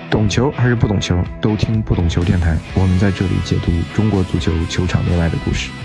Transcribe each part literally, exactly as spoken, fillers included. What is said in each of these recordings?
懂球还是不懂球，都听不懂球电台。我们在这里解读中国足球球场内外的故事。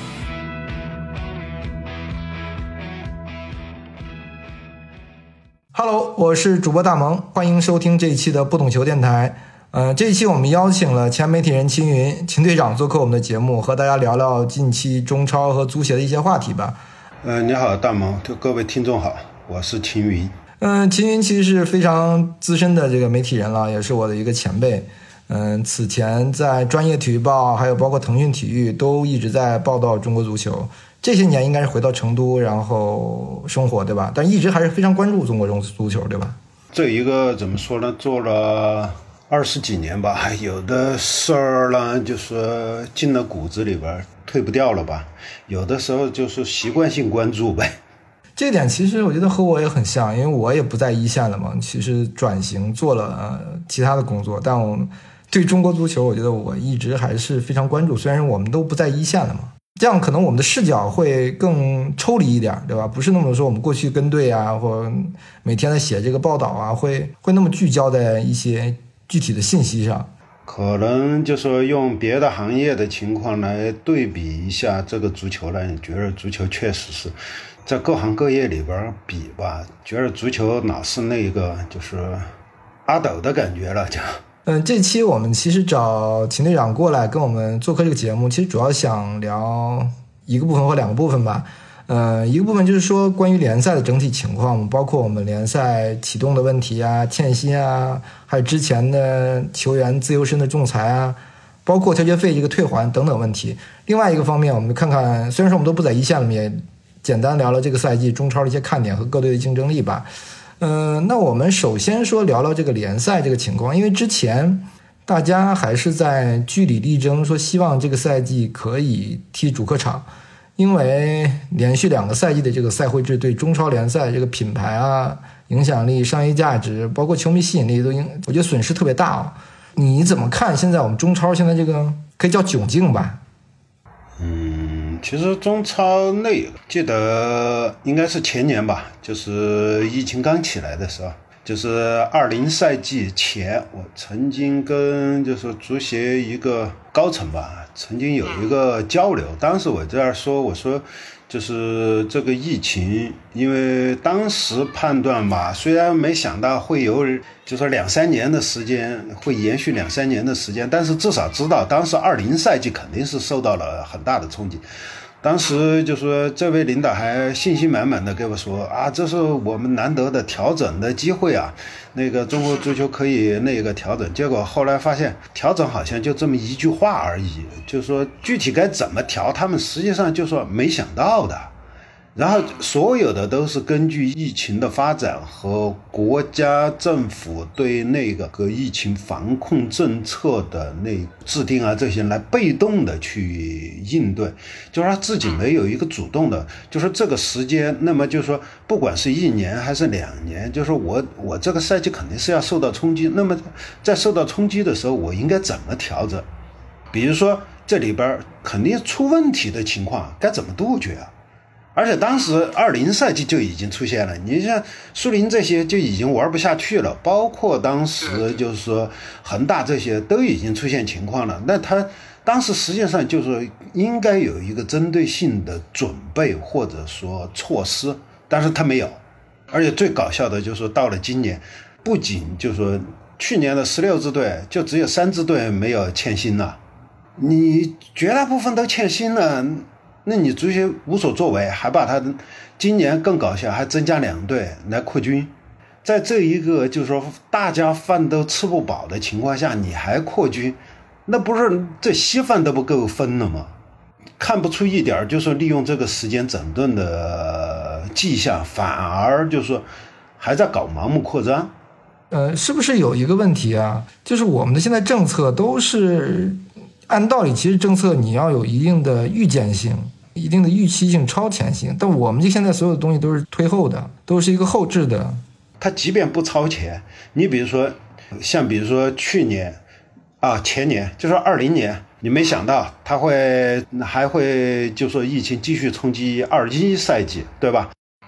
Hello， 我是主播大萌，欢迎收听这一期的不懂球电台。呃，这一期我们邀请了前媒体人秦云秦队长做客我们的节目，和大家聊聊近期中超和足协的一些话题吧。 呃，你好，大萌，各位听众好，我是秦云。 嗯、呃，秦云其实是非常资深的这个媒体人了，也是我的一个前辈。嗯、呃，此前在专业体育报还有包括腾讯体育都一直在报道中国足球。这些年应该是回到成都然后生活，对吧？但一直还是非常关注中国足球，对吧？ 这一个怎么说呢，做了二十几年吧，有的事儿呢就是进了骨子里边退不掉了吧，有的时候就是习惯性关注呗。 这点其实我觉得和我也很像，因为我也不在一线了嘛，其实转型做了、呃、其他的工作，但我对中国足球我觉得我一直还是非常关注，虽然我们都不在一线了嘛，这样可能我们的视角会更抽离一点，对吧？不是那么说我们过去跟队啊，或每天在写这个报道啊，会会那么聚焦在一些具体的信息上。 可能就说用别的行业的情况来对比一下这个足球呢，你觉得足球确实是在各行各业里边比吧，觉得足球老是那个就是阿斗的感觉了就。 嗯，这期我们其实找秦队长过来跟我们做客这个节目，其实主要想聊一个部分或两个部分吧。呃，一个部分就是说关于联赛的整体情况，包括我们联赛启动的问题啊、欠薪啊，还有之前的球员自由身的仲裁啊，包括调节费这个退还等等问题。另外一个方面，我们看看，虽然说我们都不在一线了，也简单聊聊这个赛季中超的一些看点和各队的竞争力吧。嗯、呃，那我们首先说聊聊这个联赛这个情况，因为之前大家还是在据理力争，说希望这个赛季可以踢主客场，因为连续两个赛季的这个赛会制对中超联赛这个品牌啊、影响力、商业价值，包括球迷吸引力都应，我觉得损失特别大啊。你怎么看现在我们中超现在这个可以叫窘境吧？ 嗯，其实中超那记得应该是前年吧，就是疫情刚起来的时候，就是二零赛季前，我曾经跟就是足协一个高层吧，曾经有一个交流。当时我在那说，我说就是这个疫情，因为当时判断吧，虽然没想到会有就是两三年的时间，会延续两三年的时间，但是至少知道当时二零赛季肯定是受到了很大的冲击。当时就说这位领导还信心满满的跟我说啊，这是我们难得的调整的机会啊，那个中国足球可以那个调整。结果后来发现调整好像就这么一句话而已，就是说具体该怎么调，他们实际上就说没想到的。然后所有的都是根据疫情的发展和国家政府对那个个疫情防控政策的那制定啊这些来被动的去应对，就是他自己没有一个主动的，就是这个时间，那么就是说不管是一年还是两年，就是我我这个赛季肯定是要受到冲击，那么在受到冲击的时候我应该怎么调整？比如说这里边肯定出问题的情况该怎么杜绝啊？而且当时二零赛季就已经出现了，你像苏宁这些就已经玩不下去了，包括当时就是说恒大这些都已经出现情况了。那他当时实际上就是应该有一个针对性的准备或者说措施，但是他没有。而且最搞笑的就是说到了今年，不仅就是说去年的十六支队就只有三支队没有欠薪了，你绝大部分都欠薪了。那你足协无所作为，还把他今年更搞笑，还增加两队来扩军。在这一个就是说大家饭都吃不饱的情况下，你还扩军，那不是这稀饭都不够分了吗？看不出一点就是利用这个时间整顿的迹象，反而就是说还在搞盲目扩张。 呃，是不是有一个问题啊？就是我们的现在政策都是按道理，其实政策你要有一定的预见性、一定的预期性、超前性，但我们这现在所有的东西都是推后的，都是一个后置的。 它即便不超前，你比如说像比如说去年啊前年，就是二零年，你没想到它会还会就说疫情继续冲击二一赛季，对吧？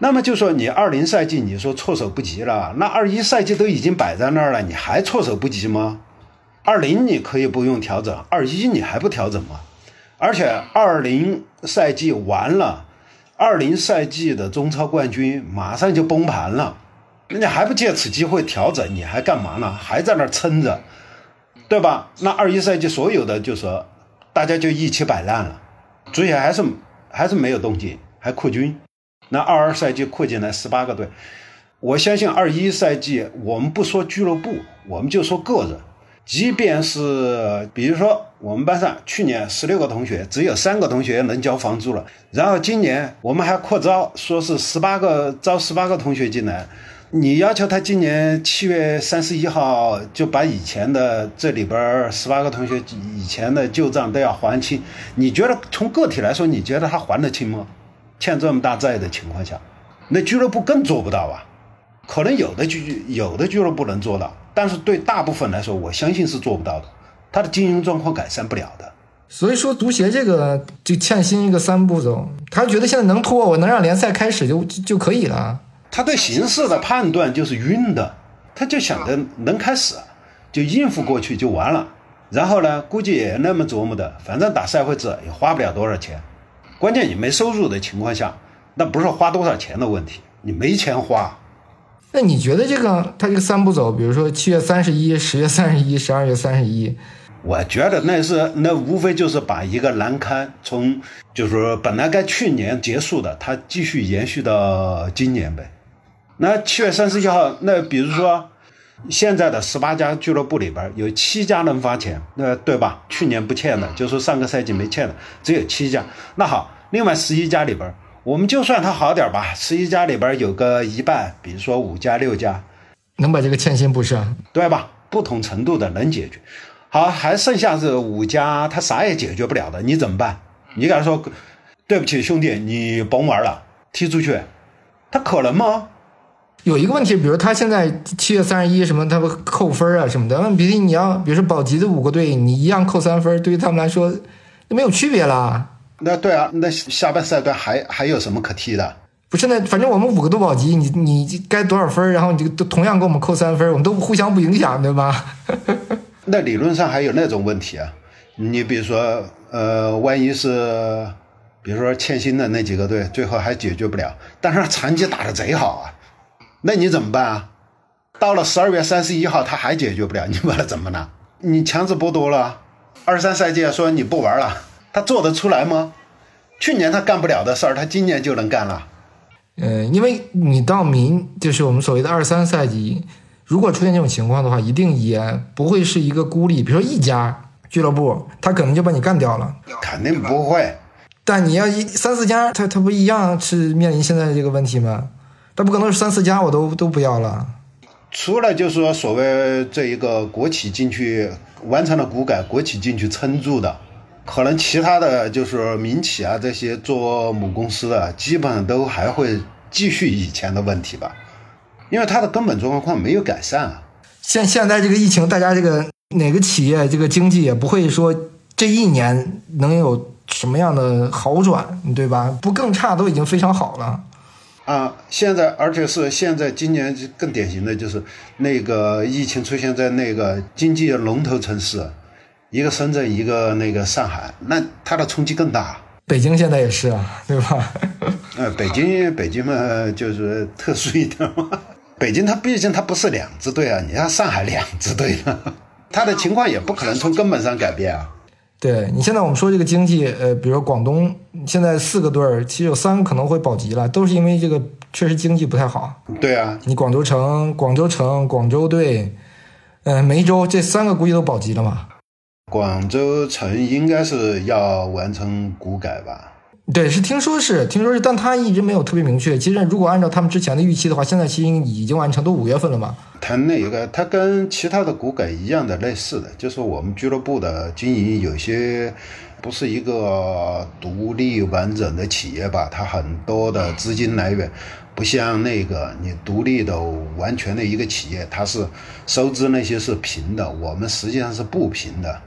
那么就说你二零赛季你说措手不及了，那二一赛季都已经摆在那儿了，你还措手不及吗？二零你可以不用调整，二一你还不调整吗？而且二零赛季完了，二零赛季的中超冠军马上就崩盘了，你还不借此机会调整，你还干嘛呢？还在那儿撑着，对吧？那二一赛季所有的就说大家就一起摆烂了，足协还是还是没有动静，还扩军。那二二赛季扩进来十八个队，我相信二一赛季我们不说俱乐部，我们就说个人，即便是比如说我们班上去年十六个同学只有三个同学能交房租了，然后今年我们还扩招，说是十八个招十八个同学进来，你要求他今年七月三十一号就把以前的这里边十八个同学以前的旧账都要还清，你觉得从个体来说，你觉得他还得清吗？欠这么大债的情况下，那俱乐部更做不到啊。可能有的俱有的俱乐部能做到，但是对大部分来说，我相信是做不到的。他的经营状况改善不了的。 所以说，足协这个就欠薪一个三步走，他觉得现在能拖，我能让联赛开始就就就可以了。 他对形势的判断就是晕的，他就想着能开始就应付过去就完了。然后呢，估计也那么琢磨的，反正打赛会制也花不了多少钱。关键你没收入的情况下，那不是花多少钱的问题，你没钱花。 那你觉得这个他这个三步走，比如说七月三十一、十月三十一、十二月三十一， 我觉得那是那无非就是把一个栏杆从就是说本来该去年结束的，它继续延续到今年呗。那七月三十一号，那比如说现在的十八家俱乐部里边有七家能发钱，那对吧？去年不欠的，就是说上个赛季没欠的，只有七家。那好，另外十一家里边，我们就算它好点吧，十一家里边有个一半，比如说五家六家， 能把这个欠薪补上， 对吧？不同程度的能解决。好，还剩下这五家，他啥也解决不了的，你怎么办？你给他说，对不起兄弟，你甭玩了，踢出去，他可能吗？ 有一个问题，比如他现在七月三十一什么，他会扣分啊什么的。那比如你要，比如说保级的五个队，你一样扣三分，对于他们来说没有区别了。 那对啊，那下半赛段还还有什么可踢的？ 不是，那反正我们五个都保级，你你该多少分，然后你就同样给我们扣三分，我们都互相不影响，对吧？ 那理论上还有那种问题啊，你比如说，呃，万一是比如说欠薪的那几个队，最后还解决不了，但是残疾打得贼好啊。那你怎么办啊？到了十二月三十一号他还解决不了，你把他怎么呢？你强制剥夺了。二三赛季说你不玩了，他做得出来吗？去年他干不了的事儿，他今年就能干了。 呃，因为你到明就是我们所谓的二三赛季，如果出现这种情况的话，一定也不会是一个孤立，比如说一家俱乐部，他可能就把你干掉了。 肯定不会。 但你要一三四家，他他不一样是面临现在这个问题吗？他不可能是三四家我都都不要了。 除了就是说所谓这一个国企进去完成了股改，国企进去撑住的，可能其他的就是民企啊这些做母公司的，基本上都还会继续以前的问题吧，因为它的根本状况没有改善啊。 现现在这个疫情，大家这个哪个企业这个经济也不会说这一年能有什么样的好转，对吧？不更差都已经非常好了。 啊，现在而且是现在今年更典型的就是那个疫情出现在那个经济龙头城市，一个深圳，一个那个上海，那它的冲击更大。 北京现在也是啊，对吧？ 呃，北京北京嘛就是特殊一点嘛，北京它毕竟它不是两支队啊，你像上海两支队啊，它的情况也不可能从根本上改变啊。 对，你现在我们说这个经济，呃，比如说广东现在四个队儿，其实有三个可能会保级了，都是因为这个确实经济不太好。 对啊， 你广州城、广州城、广州队，呃，梅州这三个估计都保级了嘛。 广州城应该是要完成股改吧？ 对，是听说是听说是，但他一直没有特别明确。其实如果按照他们之前的预期的话，现在其实已经完成，都五月份了嘛。 他那个他跟其他的股改一样的类似的，就是我们俱乐部的经营有些不是一个独立完整的企业吧，它很多的资金来源不像那个你独立的完全的一个企业，它是收支那些是平的，我们实际上是不平的。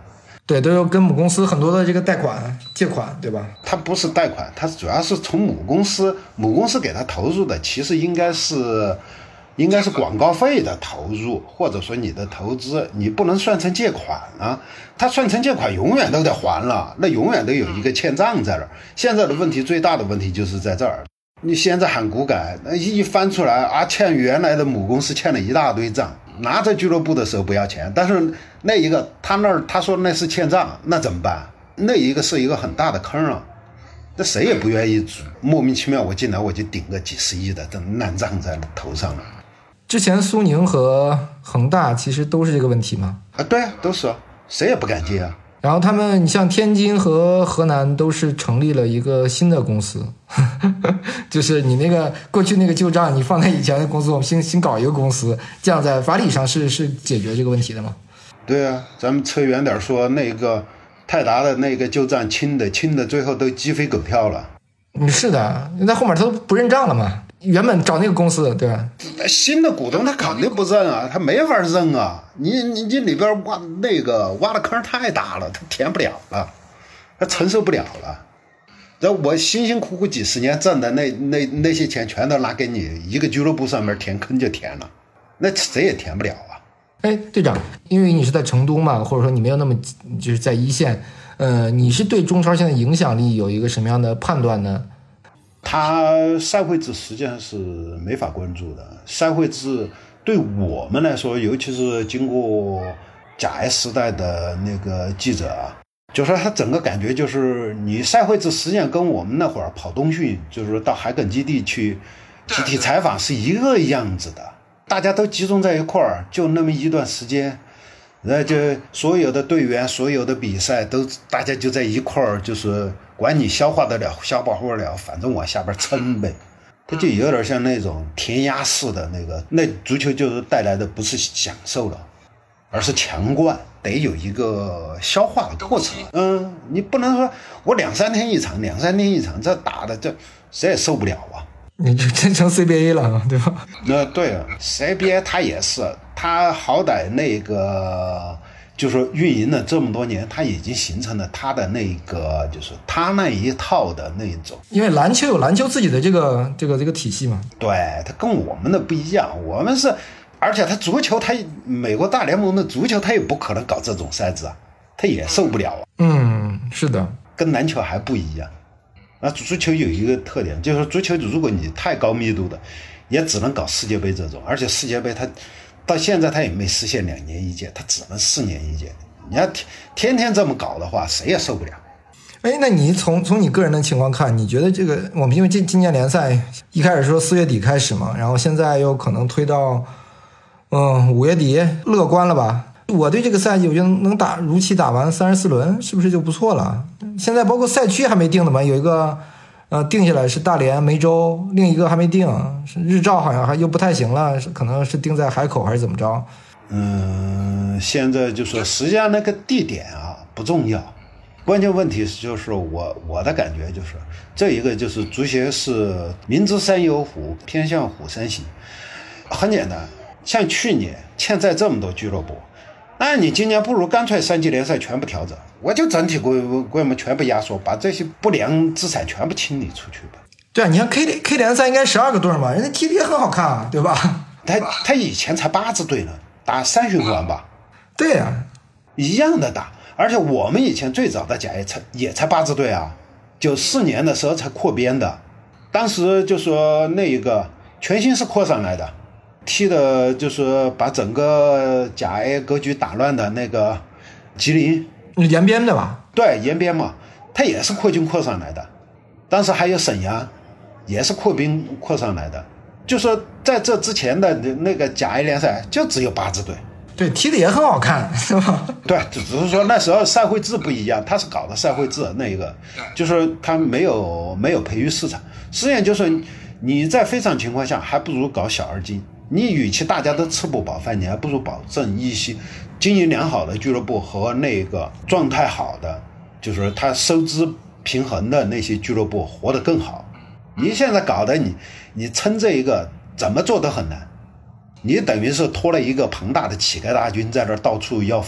对，都有跟母公司很多的这个贷款、借款，对吧？ 他不是贷款，他主要是从母公司，母公司给他投入的，其实应该是，应该是广告费的投入，或者说你的投资，你不能算成借款啊。他算成借款，永远都得还了，那永远都有一个欠账在这儿。现在的问题，最大的问题就是在这儿。你现在喊股改，那一翻出来啊，欠原来的母公司欠了一大堆账。拿着俱乐部的时候不要钱，但是那一个他那儿他说那是欠账，那怎么办？那一个是一个很大的坑啊，那谁也不愿意莫名其妙我进来我就顶个几十亿的烂账在头上了。 之前苏宁和恒大其实都是这个问题嘛？ 啊，对啊，都是啊，谁也不敢接啊。 然后他们，你像天津和河南都是成立了一个新的公司，就是你那个过去那个旧账，你放在以前的公司，我们新新搞一个公司，这样在法理上是是解决这个问题的吗？ 对啊，咱们扯远点说，那个泰达的那个旧账清的清的，最后都鸡飞狗跳了。 嗯，是的，在后面他都不认账了嘛。原本找那个公司，对吧？ 新的股东他肯定不认啊，他没法认啊。你你你里边挖那个挖的坑太大了，他填不了了，他承受不了了。这我辛辛苦苦几十年挣的那那那些钱，全都拿给你一个俱乐部上面填坑就填了，那谁也填不了啊。 哎，队长，因为你是在成都嘛，或者说你没有那么就是在一线，呃，你是对中超现在影响力有一个什么样的判断呢？ 他赛会制实际上是没法关注的，赛会制对我们来说，尤其是经过甲 S 时代的那个记者啊，就说他整个感觉就是你赛会制实际上跟我们那会儿跑冬训，就是到海埂基地去集体采访是一个样子的，大家都集中在一块儿，就那么一段时间，那就所有的队员、所有的比赛都大家就在一块儿，就是管你消化得了、消化不了，反正往下边撑呗。它就有点像那种填鸭式的那个，那足球就是带来的不是享受了，而是强灌，得有一个消化的过程。嗯，你不能说我两三天一场，两三天一场，这打的这谁也受不了啊。 你就真成 C B A 了，对吧？ 那对啊 ，C B A 它也是，它好歹那个就是运营了这么多年，它已经形成了它的那个就是它那一套的那种。 因为篮球有篮球自己的这个这个这个体系嘛。 对，它跟我们的不一样，我们是，而且它足球，它美国大联盟的足球，它也不可能搞这种赛制啊，它也受不了啊。 嗯，是的， 跟篮球还不一样。那足球有一个特点，就是足球如果你太高密度的，也只能搞世界杯这种，而且世界杯它到现在它也没实现两年一届，它只能四年一届。你要天天这么搞的话，谁也受不了。 哎，那你从从你个人的情况看，你觉得这个我们因为今今年联赛一开始说四月底开始嘛，然后现在又可能推到嗯五月底，乐观了吧？我对这个赛季，我觉得能打如期打完三十四轮，是不是就不错了？现在包括赛区还没定的嘛，有一个呃定下来是大连、梅州，另一个还没定，是日照好像还又不太行了，是可能是定在海口还是怎么着？ 嗯，现在就说实际上那个地点啊不重要，关键问题是就是我我的感觉就是这一个就是足协是明知山有虎，偏向虎山行。很简单，像去年欠债这么多俱乐部。那你今年不如干脆三级联赛全部调整，我就整体规规模全部压缩，把这些不良资产全部清理出去吧。 对啊，你看 K K 联赛应该十二个队嘛，人家踢得也很好看啊，对吧？ 他他以前才八支队呢，打三循环吧。 对呀、啊， 一样的打，而且我们以前最早的甲也才也才八支队啊，九四年的时候才扩编的，当时就说那一个全新是扩上来的。踢的就是把整个甲 A 格局打乱的那个吉林， 延边的吧？ 对，延边嘛，它也是扩军扩上来的。当时还有沈阳，也是扩兵扩上来的。就说在这之前的那个甲 A 联赛就只有八支队， 对，踢的也很好看，是吧？ 对，只是说那时候赛会制不一样，他是搞的赛会制，那一个就是他没有没有培育市场，实际上就是你在非常情况下，还不如搞小而精。你与其大家都吃不饱饭，你还不如保证一些经营良好的俱乐部和那个状态好的，就是他收支平衡的那些俱乐部活得更好。你现在搞的你你撑这一个怎么做都很难，你等于是拖了一个庞大的乞丐大军在这到处要饭，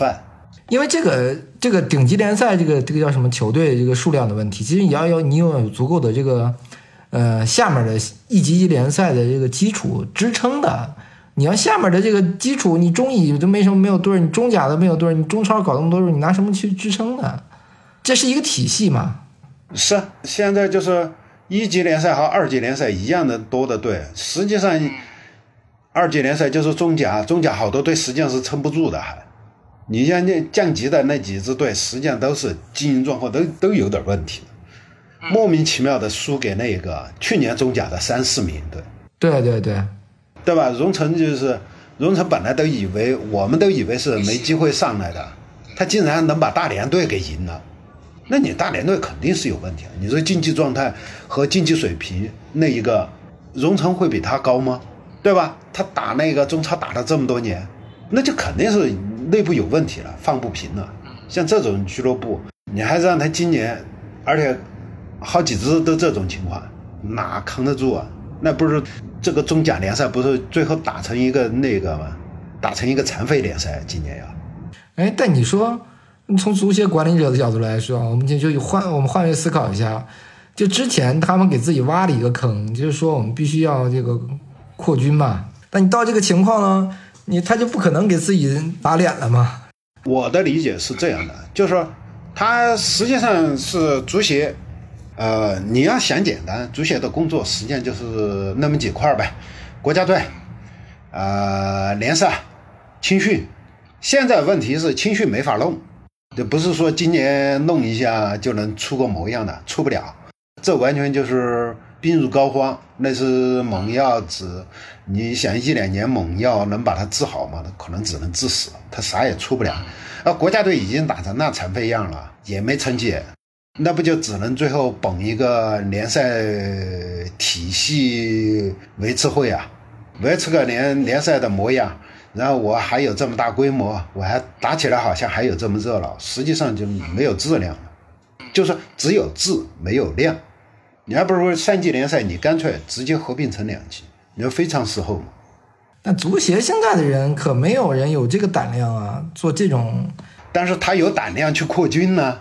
因为这个这个顶级联赛这个这个叫什么球队这个数量的问题，其实你要要你有足够的这个呃下面的一级级联赛的这个基础支撑的。你要下面的这个基础，你中乙都没什么没有队，你中甲都没有队，你中超搞那么多队，你拿什么去支撑呢？这是一个体系嘛？ 是，现在就是一级联赛和二级联赛一样的多的队，实际上二级联赛就是中甲，中甲好多队实际上是撑不住的还。你像那降级的那几支队，实际上都是经营状况都都有点问题，莫名其妙的输给那个去年中甲的三四名队。 对对对。 对吧？荣城就是荣城，本来都以为我们都以为是没机会上来的，他竟然能把大连队给赢了，那你大连队肯定是有问题。你说竞技状态和竞技水平，那一个荣城会比他高吗？对吧？他打那个中超打了这么多年，那就肯定是内部有问题了，放不平了。像这种俱乐部，你还让他今年，而且好几支都这种情况，哪扛得住啊？那不是这个中甲联赛不是最后打成一个那个吗？打成一个残废联赛，今年呀。 哎，但你说，从足协管理者的角度来说，我们就就换我们换位思考一下，就之前他们给自己挖了一个坑，就是说我们必须要这个扩军嘛。但你到这个情况呢，你他就不可能给自己打脸了嘛。 我的理解是这样的，就是说，他实际上是足协。呃，你要想简单，足协的工作实际上就是那么几块呗，国家队，呃，联赛，青训。现在问题是青训没法弄，这不是说今年弄一下就能出个模样的，出不了。这完全就是病入膏肓，那是猛药治。你想一两年猛药能把它治好吗？可能只能治死，他啥也出不了。而国家队已经打成那残废样了，也没成绩。那不就只能最后捧一个联赛体系维持会啊，维持个联联赛的模样，然后我还有这么大规模，我还打起来好像还有这么热闹，实际上就没有质量了，就是只有质没有量。你还不如三级联赛，你干脆直接合并成两级，你说非常适合吗？ 但足协现在的人可没有人有这个胆量啊，做这种， 但是他有胆量去扩军呢。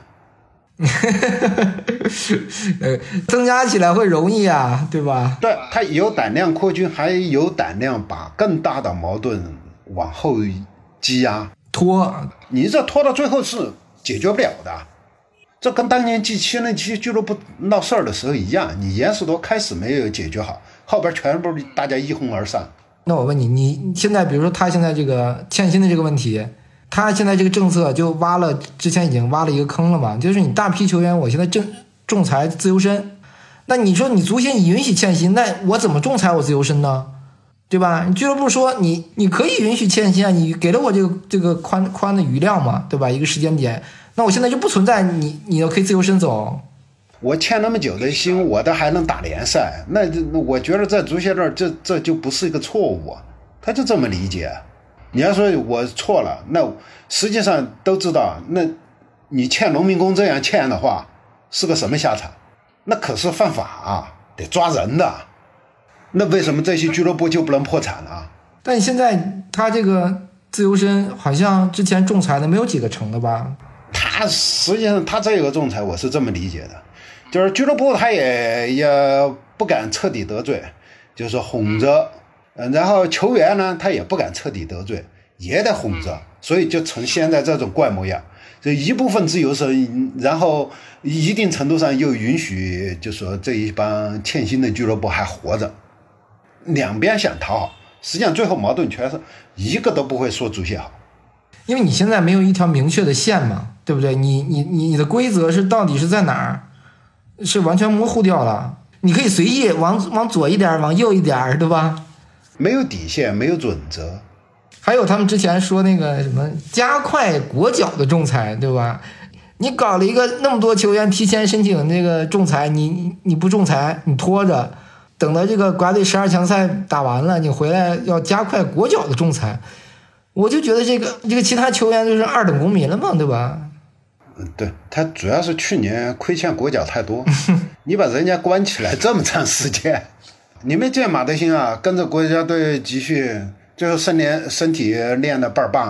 呃，增加起来会容易啊，对吧？ 对，他有胆量扩军，还有胆量把更大的矛盾往后积压拖。 你这拖到最后是解决不了的，这跟当年 G 七 那期俱乐部闹事儿的时候一样，你严世铎开始没有解决好，后边全部大家一哄而上。 那我问你，你现在比如说他现在这个欠薪的这个问题。他现在这个政策就挖了，之前已经挖了一个坑了嘛，就是你大批球员，我现在仲仲裁自由身，那你说你足协你允许欠薪，那我怎么仲裁我自由身呢？对吧？你俱乐部说你你可以允许欠薪啊，你给了我这个这个宽宽的余量嘛，对吧？一个时间点，那我现在就不存在你你要可以自由身走。 我欠那么久的薪，我都还能打联赛，那那我觉得在足协这儿，这这就不是一个错误啊，他就这么理解。你要说我错了，那实际上都知道，那你欠农民工这样欠的话，是个什么下场？那可是犯法啊，得抓人的。那为什么这些俱乐部就不能破产了？ 但现在他这个自由身好像之前仲裁的没有几个成的吧？ 他实际上他这个仲裁我是这么理解的，就是俱乐部他也也不敢彻底得罪，就是哄着。嗯，然后球员呢，他也不敢彻底得罪，也得哄着，所以就成现在这种怪模样。这一部分自由身，然后一定程度上又允许，就说这一帮欠薪的俱乐部还活着，两边想讨好，实际上最后矛盾全是一个都不会说足协好， 因为你现在没有一条明确的线嘛，对不对？你你你你的规则是到底是在哪儿，是完全模糊掉了。你可以随意往往左一点，往右一点，对吧？ 没有底线，没有准则。 还有他们之前说那个什么加快国脚的仲裁，对吧？你搞了一个那么多球员提前申请那个仲裁，你你不仲裁，你拖着，等到这个国家队十二强赛打完了，你回来要加快国脚的仲裁，我就觉得这个这个其他球员就是二等公民了嘛，对吧？ 嗯，对，他主要是去年亏欠国脚太多，你把人家关起来这么长时间。你没见马德兴啊，跟着国家队集训，最后身练身体练得倍儿棒，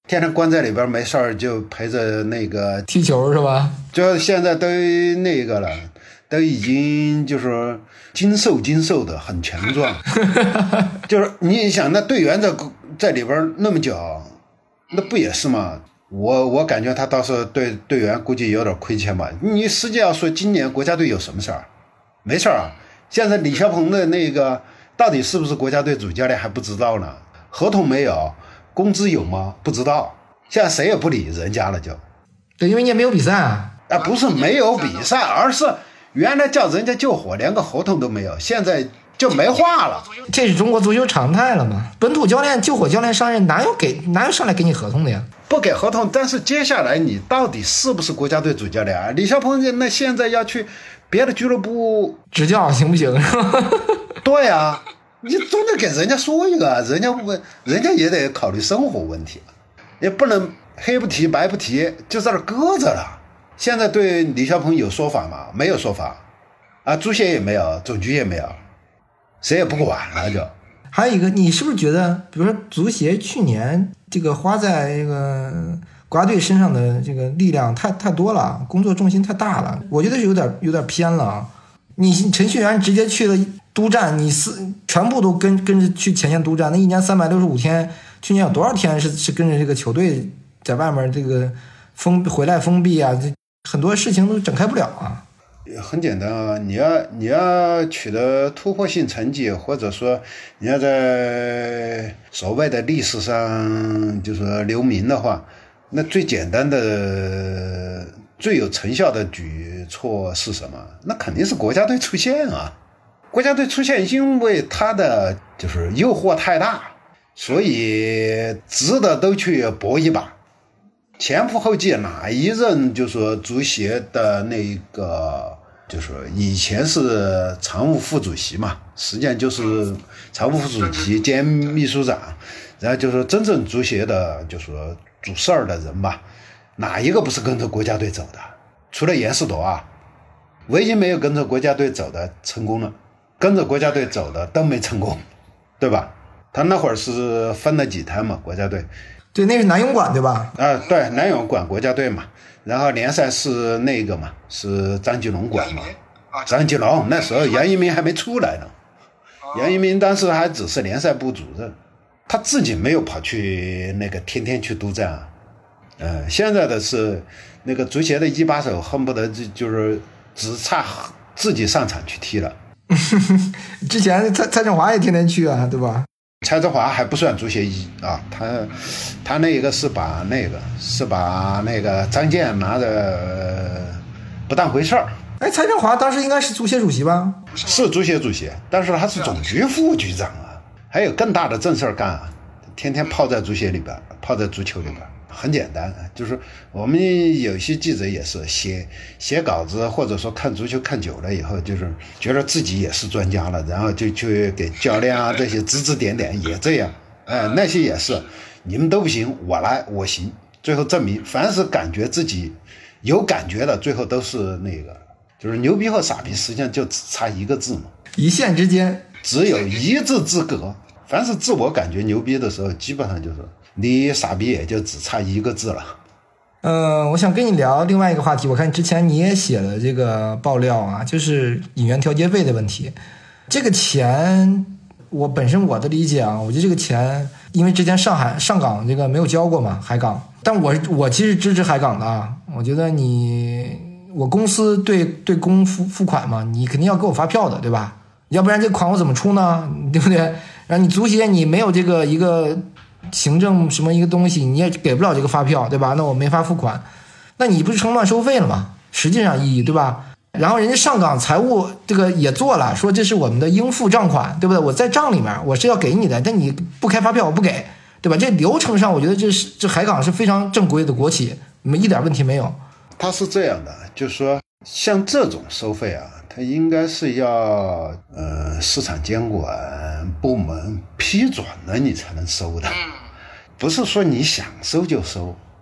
天天关在里边没事儿就陪着那个踢球是吧？ 就现在都那个了，都已经就是精瘦精瘦的，很强壮。就是你想，那队员在在里边那么久，那不也是吗？我我感觉他倒是对队员估计有点亏欠吧。你实际要说今年国家队有什么事儿？没事儿啊。现在李霄鹏的那个到底是不是国家队主教练还不知道呢，合同没有，工资有吗？不知道。现在谁也不理人家了就。 对，因为你也没有比赛啊。 啊，不是没有比赛，而是原来叫人家救火连个合同都没有，现在就没话了。 这是中国足球常态了嘛？本土教练、救火教练上任哪有给哪有上来给你合同的呀？ 不给合同，但是接下来你到底是不是国家队主教练啊？李霄鹏那现在要去别的俱乐部执教行不行？ 对啊，你总得给人家说一个，人家问，人家也得考虑生活问题，也不能黑不提白不提，就在这搁着了。现在对李霄鹏有说法吗？没有说法啊，足协也没有，总局也没有，谁也不管了就。 还有一个，你是不是觉得，比如说足协去年这个花在这个国家队身上的这个力量太太多了，工作重心太大了，我觉得是有点有点偏了。你程序员直接去了督战，你是全部都跟跟着去前线督战，那一年三百六十五天，去年有多少天是是跟着这个球队在外面这个封回来封闭啊，这很多事情都展开不了啊。 很简单啊，你要你要取得突破性成绩，或者说你要在所谓的历史上就是留名的话，那最简单的最有成效的举措是什么？那肯定是国家队出现啊！国家队出现，因为它的就是诱惑太大，所以值得都去搏一把。前赴后继，哪一任就说足协的那个，就是以前是常务副主席嘛，实际上就是常务副主席兼秘书长，然后就是真正足协的，就说主事儿的人吧，哪一个不是跟着国家队走的？除了严世铎啊，唯一没有跟着国家队走的成功了，跟着国家队走的都没成功，对吧？他那会儿是分了几摊嘛，国家队。 对，那是南勇管对吧？ 啊，对，南勇管国家队嘛，然后联赛是那个嘛，是张吉龙管嘛。张吉龙那时候杨一鸣还没出来呢，杨一鸣当时还只是联赛部主任，他自己没有跑去那个天天去督战啊。呃，现在的是那个足协的一把手恨不得就就是只差自己上场去踢了。 之前蔡蔡振华也天天去啊，对吧？ 蔡振华还不算足协一啊，他他那个是把那个是把那个张健拿着、呃、不当回事儿。 哎，蔡振华当时应该是足协主席吧？ 是足协主席，但是他是总局副局长啊，还有更大的正事儿干啊，天天泡在足协里边，泡在足球里边。很简单，就是我们有些记者也是写写稿子，或者说看足球看久了以后，就是觉得自己也是专家了，然后就去给教练啊这些指指点点，也这样。哎，那些也是，你们都不行，我来，我行。最后证明，凡是感觉自己有感觉的，最后都是那个，就是牛逼和傻逼，实际上就只差一个字嘛， 一线之间， 只有一字之隔。凡是自我感觉牛逼的时候，基本上就是离傻逼也就只差一个字了。 呃，我想跟你聊另外一个话题。我看之前你也写了这个爆料啊，就是引援调节费的问题。这个钱，我本身我的理解啊，我觉得这个钱，因为之前上海上港这个没有交过嘛，海港。但我我其实支持海港的啊，我觉得你我公司对对公付付款嘛，你肯定要给我发票的，对吧？要不然这款我怎么出呢？对不对？然后你足协你没有这个一个行政什么一个东西，你也给不了这个发票，对吧？那我没法付款，那你不是成乱收费了吗？实际上意义，对吧？然后人家上港财务这个也做了，说这是我们的应付账款，对不对？我在账里面我是要给你的，但你不开发票我不给，对吧？这流程上我觉得这是这海港是非常正规的国企，一点问题没有。 他是这样的，就是说像这种收费啊，它应该是要呃市场监管部门批准了你才能收的，不是说你想收就收。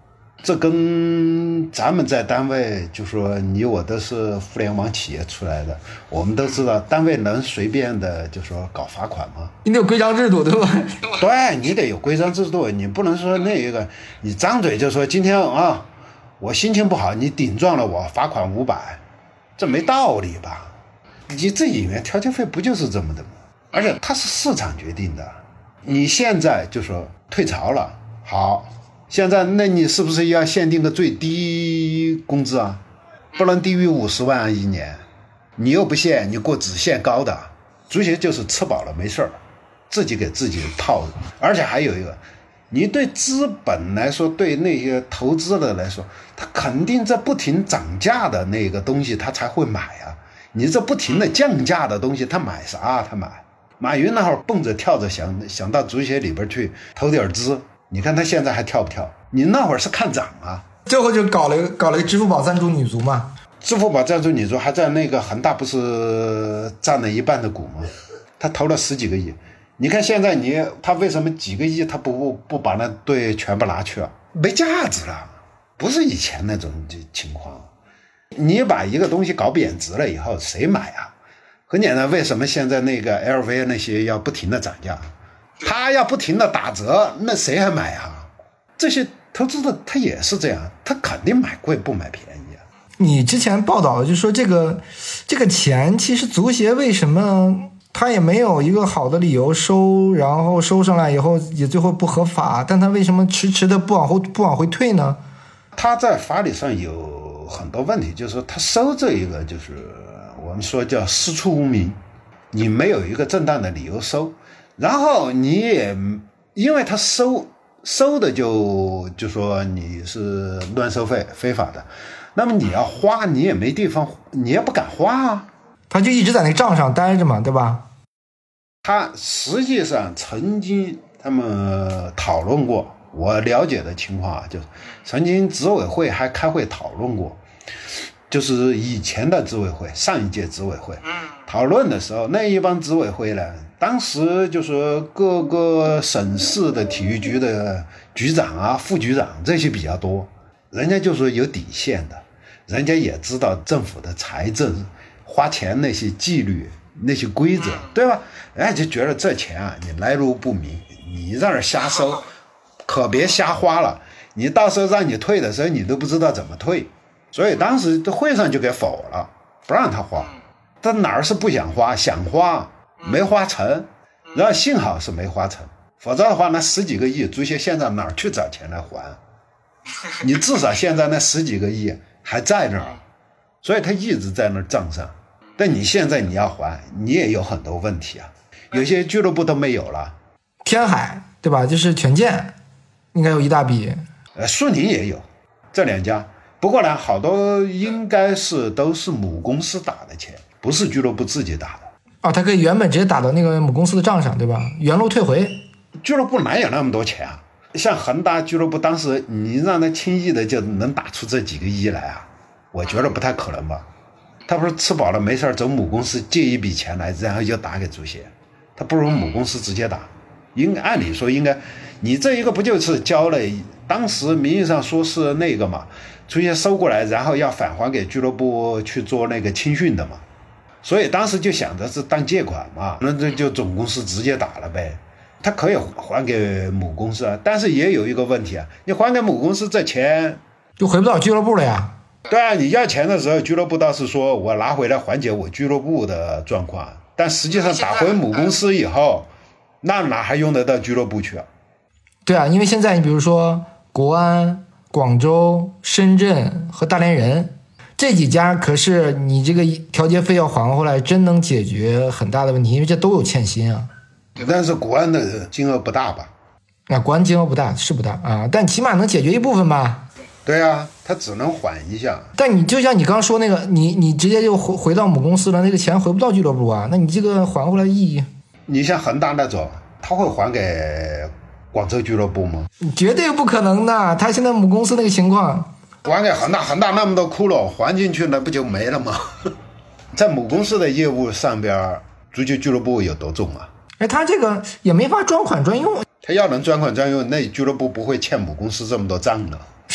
这跟咱们在单位，就说你我都是互联网企业出来的，我们都知道单位能随便的就说搞罚款吗？ 你得有规章制度，对吧？ 对，你得有规章制度，你不能说那个你张嘴就说今天啊我心情不好，你顶撞了我，罚款五百，这没道理吧？你这里面调解费不就是这么的吗？而且它是市场决定的，你现在就说退潮了，好。现在那你是不是要限定个最低工资啊？不能低于五十万一年，你又不限，你给我只限高的，足协就是吃饱了没事儿，自己给自己套。而且还有一个，你对资本来说，对那些投资的来说，他肯定在不停涨价的那个东西他才会买啊，你这不停的降价的东西他买啥？他买马云那会儿蹦着跳着想想到足协里边去投点资，你看他现在还跳不跳？你那会儿是看涨啊， 最后就搞了一个搞了一个支付宝赞助女足嘛。 支付宝赞助女足还在那个恒大不是占了一半的股吗？他投了十几个亿。你看现在你他为什么几个亿他不不把那队全部拿去啊？没价值了，不是以前那种情况。你把一个东西搞贬值了以后，谁买啊？很简单，为什么现在那个 L V 那些要不停的涨价？他要不停的打折，那谁还买啊？这些投资的他也是这样，他肯定买贵不买便宜啊。 你之前报道就说这个这个钱，其实足协为什么他也没有一个好的理由收，然后收上来以后也最后不合法，但他为什么迟迟的不往后不往回退呢？ 他在法理上有很多问题，就是说他收这一个就是我们说叫师出无名，你没有一个正当的理由收。然后你也因为他收收的就就说你是乱收费非法的，那么你要花你也没地方，你也不敢花啊。 他就一直在那个账上待着嘛，对吧？ 他实际上曾经他们讨论过，我了解的情况啊，就是曾经执委会还开会讨论过，就是以前的执委会，上一届执委会讨论的时候，那一帮执委会呢，当时就是各个省市的体育局的局长啊、副局长这些比较多，人家就说有底线的，人家也知道政府的财政花钱那些纪律、那些规则，对吧？人家就觉得这钱啊，你来路不明，你在这瞎收，可别瞎花了。你到时候让你退的时候，你都不知道怎么退，所以当时会上就给否了，不让他花。他哪儿是不想花，想花。没花成，然后幸好是没花成，否则的话那十几个亿足协现在哪儿去找钱来还？你至少现在那十几个亿还在那儿，所以他一直在那儿账上。但你现在你要还，你也有很多问题啊，有些俱乐部都没有了。 天海对吧？就是权健应该有一大笔， 呃，苏宁也有，这两家。不过呢，好多应该是都是母公司打的钱，不是俱乐部自己打的。 哦，他可以原本直接打到那个母公司的账上，对吧？原路退回。 俱乐部哪有那么多钱啊？像恒大俱乐部当时，你让他轻易的就能打出这几个亿来啊？我觉得不太可能吧。他不是吃饱了没事走母公司借一笔钱来，然后就打给足协，他不如母公司直接打。应按理说应该，你这一个不就是交了？当时名义上说是那个嘛，足协收过来，然后要返还给俱乐部去做那个青训的嘛。所以当时就想着是当借款嘛，那这就总公司直接打了呗。他可以还给母公司啊，但是也有一个问题啊，你还给母公司这钱就回不到俱乐部了呀。 对啊，你要钱的时候，俱乐部倒是说我拿回来缓解我俱乐部的状况，但实际上打回母公司以后，那哪还用得到俱乐部去啊？ 对啊，因为现在你比如说国安、广州、深圳和大连人这几家，可是你这个调节费要还回来，真能解决很大的问题，因为这都有欠薪啊。 但是国安的金额不大吧？ 啊，国安金额不大，是不大啊，但起码能解决一部分吧。 对啊，他只能缓一下。 但你就像你刚说那个，你你直接就回回到母公司了，那个钱回不到俱乐部啊，那你这个还回来意义？ 你像恒大那种，他会还给广州俱乐部吗？ 绝对不可能的，他现在母公司那个情况， 还给恒大，恒大那么多窟窿，还进去那不就没了吗？在母公司的业务上边，足球俱乐部有多重啊？ 哎，他这个也没法专款专用。 他要能专款专用，那俱乐部不会欠母公司这么多账的。 是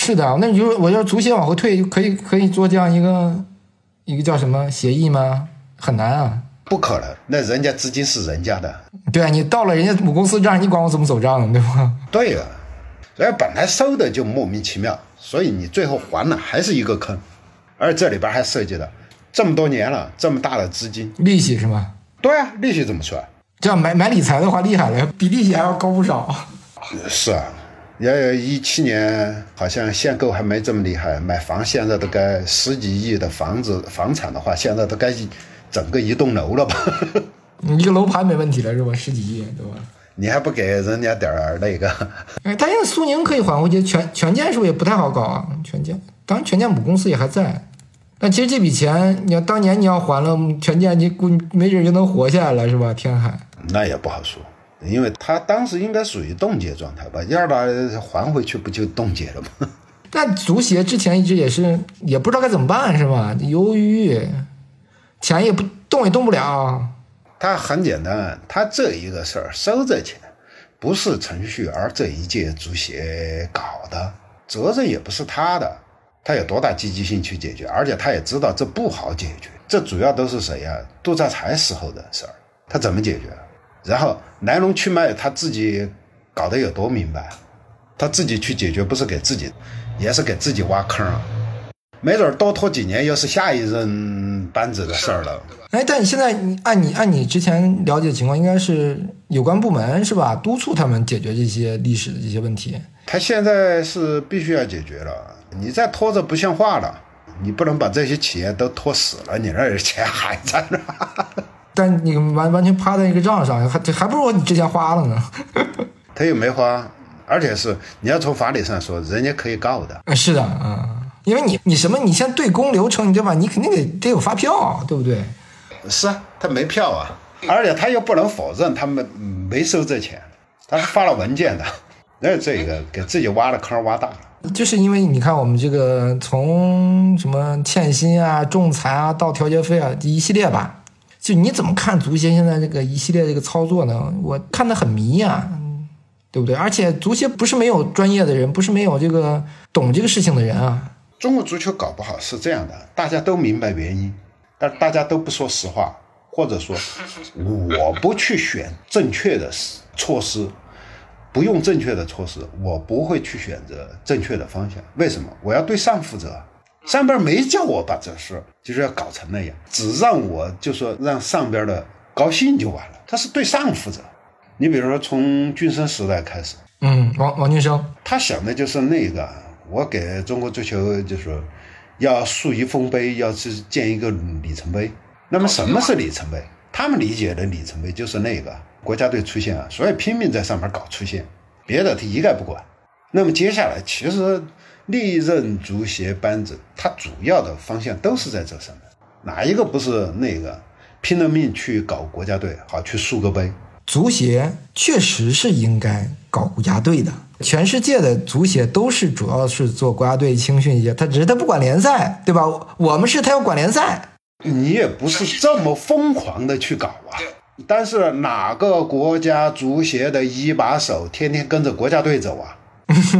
是的，那你就我要足协往后退，可以可以做这样一个一个叫什么协议吗？很难啊。 不可能，那人家资金是人家的。 对啊，你到了人家母公司这儿，你管我怎么走账，对吧？ 对啊，所以本来收的就莫名其妙，所以你最后还了还是一个坑，而这里边还涉及了这么多年了，这么大的资金， 利息是吗？ 对啊，利息怎么算？ 这样买买理财的话厉害了，比利息还要高不少。 是啊，要有一七年好像限购还没这么厉害，买房现在都该十几亿的房子房产的话，现在都该整个一栋楼了吧？ 你一个楼盘没问题了是吧？十几亿对吧？ 你还不给人家点儿那个？ 哎，但现在苏宁可以还回去，全全建是不是也不太好搞啊？全建，当然全建母公司也还在，但其实这笔钱你要当年你要还了，全建你估没准就能活下来了是吧？天海那也不好说，因为他当时应该属于冻结状态吧，要不然还回去不就冻结了吗？ 那足协之前一直也是也不知道该怎么办是吧？犹豫，钱也不动也动不了。 他很简单，他这一个事儿收这钱不是程序而这一届足协搞的，责任也不是他的，他有多大积极性去解决，而且他也知道这不好解决，这主要都是谁呀？杜兆才时候的事儿，他怎么解决？然后来龙去脉他自己搞得有多明白，他自己去解决不是给自己，也是给自己挖坑啊。没准多拖几年又是下一任班子的事儿了。 哎，但你现在你按你按你之前了解的情况，应该是有关部门是吧，督促他们解决这些历史的这些问题。 他现在是必须要解决了，你再拖着不像话了，你不能把这些企业都拖死了，你那钱还在那。 但你完完全趴在一个账上，还还不如你之前花了呢。 他又没花，而且是你要从法理上说，人家可以告的。 是的啊、嗯，因为你你什么，你先对公流程，你对吧？你肯定得得有发票，对不对？ 是啊，他没票啊，而且他又不能否认他们没收这钱，他是发了文件的。那这个给自己挖了坑挖大了。 就是因为你看我们这个从什么欠薪啊、仲裁啊到调节费啊一系列吧，就你怎么看足协现在这个一系列这个操作呢？我看得很迷啊，对不对？而且足协不是没有专业的人，不是没有这个懂这个事情的人啊。 中国足球搞不好是这样的，大家都明白原因，但大家都不说实话，或者说我不去选正确的措施，不用正确的措施，我不会去选择正确的方向。为什么？我要对上负责，上边没叫我把这事就是要搞成那样，只让我就说让上边的高兴就完了，他是对上负责。你比如说从俊生时代开始， 嗯，王王俊生他想的就是那个，我给中国足球就是说要树一丰碑，要去建一个里程碑。那么什么是里程碑？他们理解的里程碑就是那个国家队出现啊，所以拼命在上面搞出现，别的他一概不管。那么接下来其实历任足协班子他主要的方向都是在这上面，哪一个不是那个拼了命去搞国家队，好去树个碑？ 足协确实是应该搞国家队的，全世界的足协都是主要是做国家队青训一些，他只是他不管联赛，对吧？我们是他要管联赛， 你也不是这么疯狂的去搞啊。但是哪个国家足协的一把手天天跟着国家队走啊？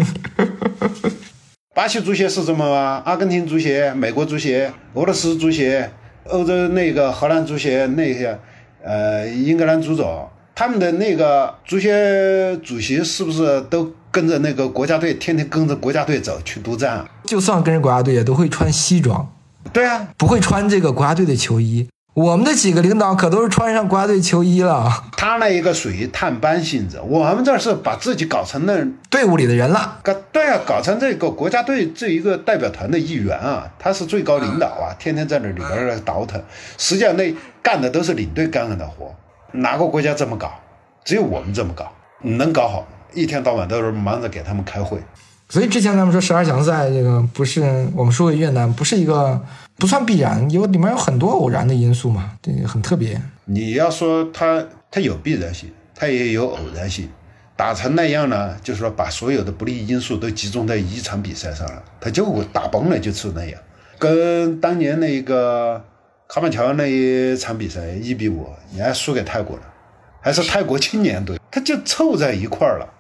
巴西足协是这么吗？阿根廷足协、美国足协、俄罗斯足协、欧洲那个荷兰足协那些，呃，英格兰足总。他们的那个足协主席是不是都跟着那个国家队，天天跟着国家队走去督战啊？ 就算跟着国家队也都会穿西装， 对啊， 不会穿这个国家队的球衣。我们的几个领导可都是穿上国家队球衣了。 他那一个属于探班性质，我们这是把自己搞成那队伍里的人了。 对啊，搞成这个国家队这一个代表团的一员啊，他是最高领导啊，天天在那里边倒腾，实际上那干的都是领队干的活。哪个国家这么搞？只有我们这么搞，能搞好，一天到晚都是忙着给他们开会。 所以之前咱们说十二强赛这个不是我们输给越南，不是一个不算必然，有里面有很多偶然的因素嘛，这个很特别。 你要说它它有必然性，它也有偶然性。打成那样呢，就是说把所有的不利因素都集中在一场比赛上了，它就会打崩了，就是那样。跟当年那个卡马乔那一场比赛一比五，你还输给泰国了，还是泰国青年队，他就凑在一块儿了。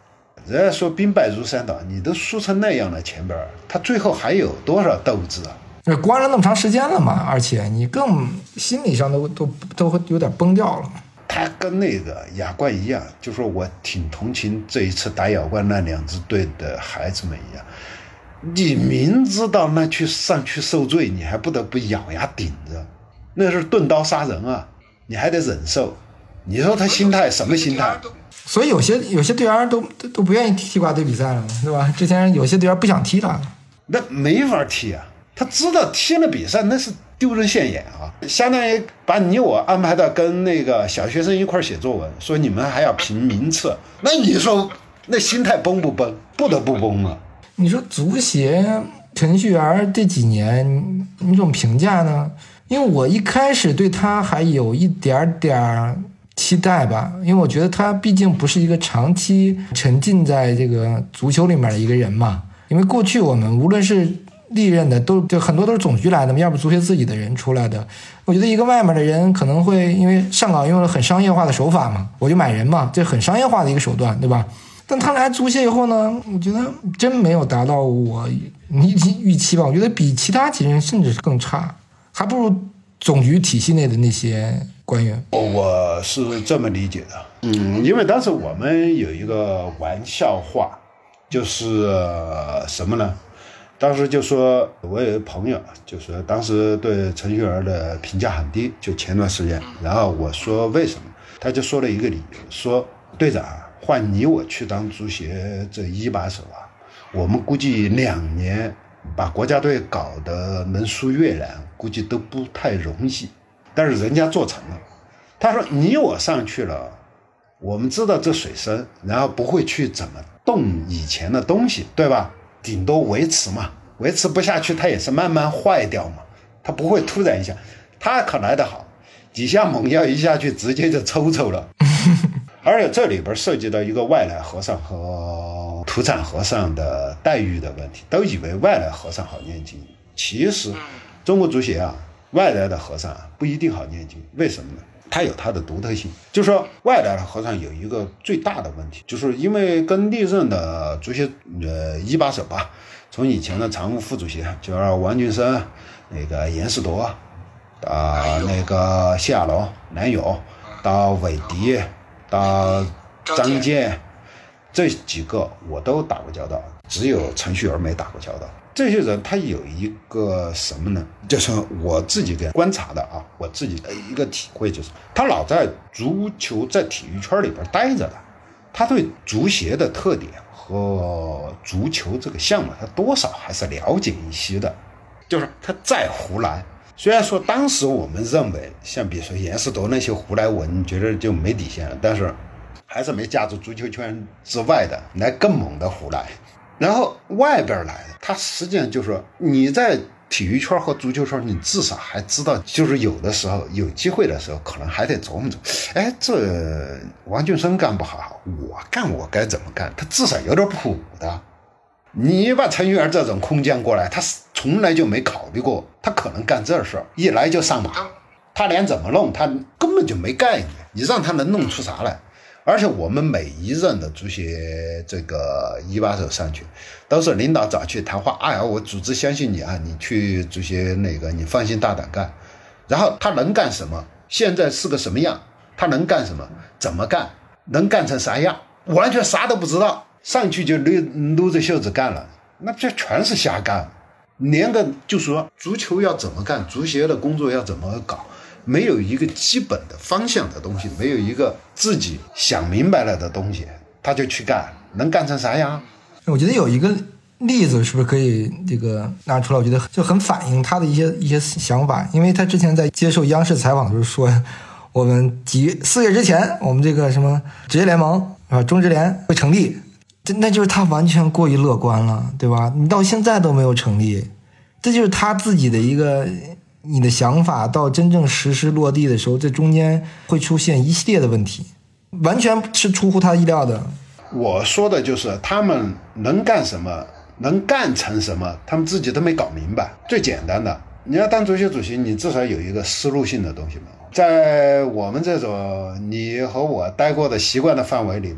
人家说兵败如山倒，你都输成那样了，前边他最后还有多少斗志啊？ 关了那么长时间了嘛，而且你更心理上都都都会有点崩掉了。 他跟那个亚冠一样，就说我挺同情这一次打亚冠那两支队的孩子们一样，你明知道那去上去受罪，你还不得不咬牙顶着，那是钝刀杀人啊，你还得忍受。你说他心态什么心态？ 所以有些有些队员都都都不愿意踢国家队比赛了，对吧？之前有些队员不想踢了， 那没法踢啊。他知道踢了比赛那是丢人现眼啊，相当于把你我安排到跟那个小学生一块写作文，说你们还要评名次，那你说那心态崩不崩？不得不崩啊。 你说足协程序员这几年你怎么评价呢？因为我一开始对他还有一点点期待吧，因为我觉得他毕竟不是一个长期沉浸在这个足球里面的一个人嘛。因为过去我们无论是历任的都就很多都是总局来的嘛，要不足协自己的人出来的。我觉得一个外面的人可能会因为上岗用了很商业化的手法嘛，我就买人嘛，这很商业化的一个手段，对吧？但他来足协以后呢，我觉得真没有达到我预期吧，我觉得比其他几人甚至是更差，还不如总局体系内的那些官员。 我是这么理解的，嗯，因为当时我们有一个玩笑话，就是什么呢？当时就说我有一个朋友，就说当时对程序员的评价很低，就前段时间，然后我说为什么，他就说了一个理由，说队长换你我去当足协这一把手啊，我们估计两年把国家队搞得能输越南，估计都不太容易，但是人家做成了。他说你我上去了，我们知道这水深，然后不会去怎么动以前的东西，对吧？顶多维持嘛，维持不下去它也是慢慢坏掉嘛，它不会突然一下，它可来得好，几下猛药一下去直接就抽抽了。而且这里边涉及到一个外来和尚和土产和尚的待遇的问题，都以为外来和尚好念经，其实中国足协啊，外来的和尚啊不一定好念经，为什么呢？它有它的独特性，就是说外来的和尚有一个最大的问题，就是因为跟历任的足协呃一把手吧，从以前的常务副主席就是王俊生、那个严世铎，到那个谢亚龙、南勇，到韦迪，到张健，这几个我都打过交道，只有程序员没打过交道。这些人他有一个什么呢？就是我自己的观察的啊，我自己的一个体会就是，他老在足球在体育圈里边待着的，他对足协的特点和足球这个项目，他多少还是了解一些的。就是他再胡来，虽然说当时我们认为，像比如说严世铎那些胡来，我你觉得就没底线了，但是还是没架住足球圈之外的来更猛的胡来。然后外边来的，他实际上就是说，你在体育圈和足球圈，你至少还知道，就是有的时候有机会的时候，可能还得琢磨琢磨，哎，这王俊生干不好，我干我该怎么干？他至少有点谱的。你把程序员这种空降过来，他从来就没考虑过，他可能干这事儿，一来就上马，他连怎么弄，他根本就没概念，你让他能弄出啥来？而且我们每一任的足协这个一把手上去，都是领导找去谈话，哎呀，我组织相信你啊，你去足协那个，你放心大胆干。然后他能干什么？现在是个什么样？他能干什么？怎么干？能干成啥样？完全啥都不知道，上去就撸撸着袖子干了，那这全是瞎干。连个就说足球要怎么干，足协的工作要怎么搞，没有一个基本的方向的东西，没有一个自己想明白了的东西，他就去干，能干成啥样？ 我觉得有一个例子是不是可以这个拿出来？我觉得就很反映他的一些一些想法，因为他之前在接受央视采访的时候说，我们几四月之前，我们这个什么职业联盟啊，中职联会成立，这那就是他完全过于乐观了，对吧？你到现在都没有成立，这就是他自己的一个。你的想法到真正实施落地的时候，这中间会出现一系列的问题，完全是出乎他意料的。 我说的就是他们能干什么，能干成什么，他们自己都没搞明白。最简单的，你要当足协主席，你至少有一个思路性的东西嘛。在我们这种你和我待过的习惯的范围里边，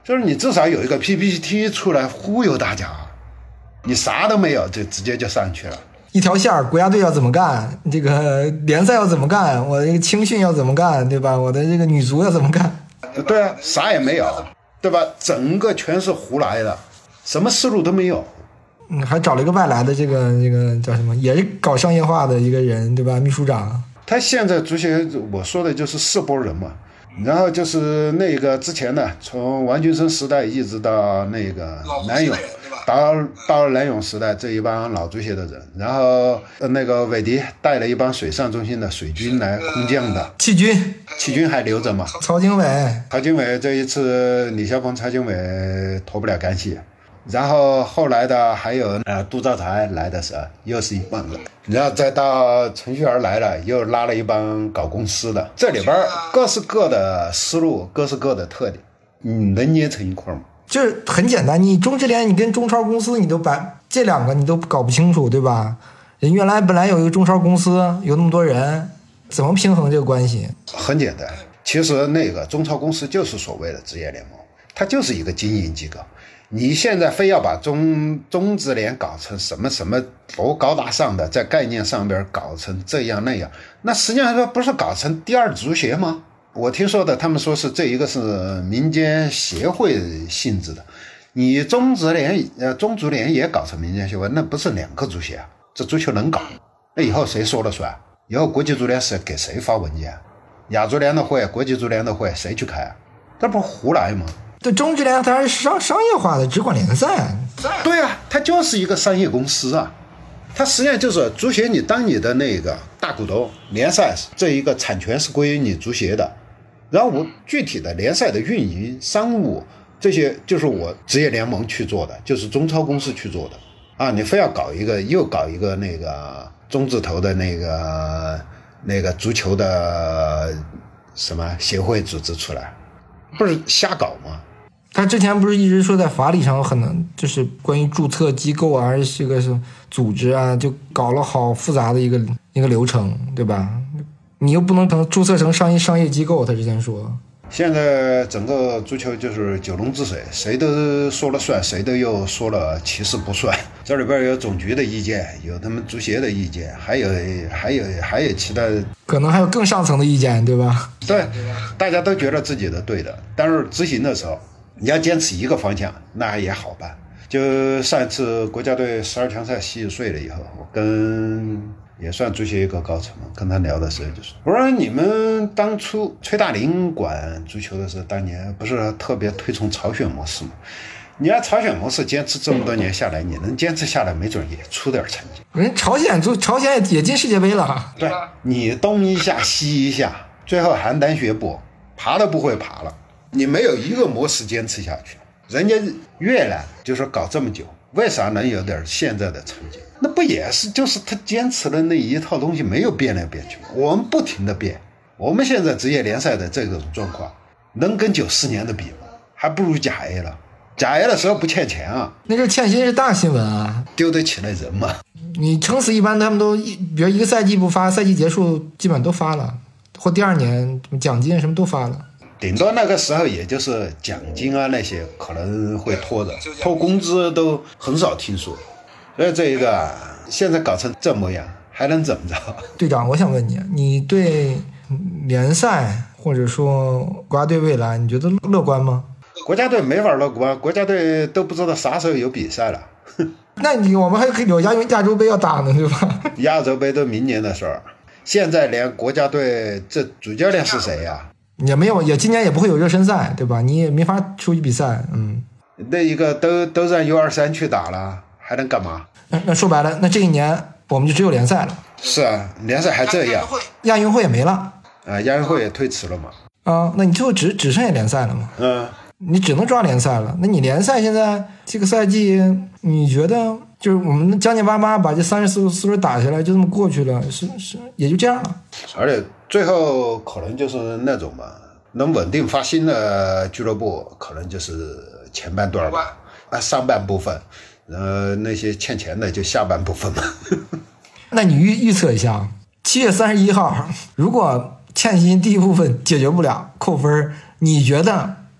就是你至少有一个 P P T 出来忽悠大家，你啥都没有就直接就上去了。 一条线儿，国家队要怎么干，这个联赛要怎么干，我这个青训要怎么干，对吧？我的这个女足要怎么干？ 对啊，啥也没有，对吧？整个全是胡来的，什么思路都没有。 嗯，还找了一个外来的这个这个叫什么，也是搞商业化的一个人，对吧？秘书长。 他现在足协我说的就是四拨人嘛，然后就是那个之前呢，从王俊生时代一直到那个南勇，到到南勇时代这一帮老足协的人，然后那个韦迪带了一帮水上中心的水军来空降的， 弃军， 弃军还留着嘛？ 曹经纬， 曹经纬这一次李霄鹏、曹经纬脱不了干系。然后后来的还有呃杜兆才来的时候又是一帮人，然后再到程序员来了又拉了一帮搞公司的，这里边各是各的思路，各是各的特点，你能捏成一块吗？ 就是很简单，你中职联你跟中超公司你都把这两个你都搞不清楚，对吧？人原来本来有一个中超公司有那么多人，怎么平衡这个关系？ 很简单，其实那个中超公司就是所谓的职业联盟，它就是一个经营机构。你现在非要把中中职联搞成什么什么多高大上的，在概念上边搞成这样那样，那实际上不是搞成第二足协吗？我听说的，他们说是这一个是民间协会性质的，你中职联呃中足联也搞成民间协会，那不是两个足协啊？这足球能搞？那以后谁说了算？以后国际足联是给谁发文件？亚足联的会、国际足联的会谁去开啊？这不是胡来吗？ 对，中职联它是商商业化的，只管联赛。 对啊，它就是一个商业公司啊。它实际上就是足协，你当你的那个大股东，联赛这一个产权是归于你足协的，然后我具体的联赛的运营、商务这些，就是我职业联盟去做的，就是中超公司去做的啊。你非要搞一个，又搞一个那个中字头的那个那个足球的什么协会组织出来，不是瞎搞吗？ 他之前不是一直说在法理上很能，就是关于注册机构啊，还是这个是组织啊，就搞了好复杂的一个一个流程，对吧？你又不能成注册成商业商业机构，他之前说。 现在整个足球就是九龙治水，谁都说了算，谁都又说了其实不算。这里边有总局的意见，有他们足协的意见，还有还有还有其他， 可能还有更上层的意见，对吧？ 对，大家都觉得自己的对的，但是执行的时候你要坚持一个方向，那也好办。就上一次国家队十二强赛稀碎了以后，我跟也算足协一个高层嘛，跟他聊的时候就说，我说你们当初崔大林管足球的时候，当年不是特别推崇朝选模式吗？你要朝选模式坚持这么多年下来，你能坚持下来，没准也出点成绩。 人朝鲜足朝鲜也进世界杯了， 对，你东一下西一下，最后邯郸学步，爬都不会爬了。你没有一个模式坚持下去，人家越南就说搞这么久，为啥能有点现在的成绩？那不也是就是他坚持的那一套东西没有变来变去吗？我们不停的变，我们现在职业联赛的这种状况，能跟九四年的比吗？还不如甲 A 了。甲 A 的时候不欠钱啊， 那是欠薪是大新闻啊， 丢得起来人吗？ 你撑死一般他们都，比如一个赛季不发，赛季结束基本都发了，或第二年奖金什么都发了。 顶多那个时候也就是奖金啊那些可能会拖着，拖工资都很少听说。所以这一个现在搞成这模样，还能怎么着？ 队长，我想问你，你对联赛或者说国家队未来，你觉得乐观吗？ 国家队没法乐观，国家队都不知道啥时候有比赛了。 那你我们还可以有亚亚洲杯要打呢，对吧？ 亚洲杯都明年的事儿，现在连国家队这主教练是谁呀、啊？ 也没有，也今年也不会有热身赛，对吧？你也没法出去比赛，嗯。 那一个都都让 U 二三 去打了，还能干嘛？ 那那说白了，那这一年我们就只有联赛了。 是啊，联赛还这样， 亚运会也没了啊，亚运会也推迟了嘛。 啊，那你最后只只剩下联赛了嘛？ 嗯， 你只能抓联赛了。那你联赛现在这个赛季，你觉得就是我们将将巴巴把这三十四四轮打下来，就这么过去了，是是也就这样了。 而且最后可能就是那种吧，能稳定发薪的俱乐部，可能就是前半段吧，啊，上半部分，呃，那些欠钱的就下半部分嘛。 那你预预测一下，七月三十一号，如果欠薪第一部分解决不了，扣分，你觉得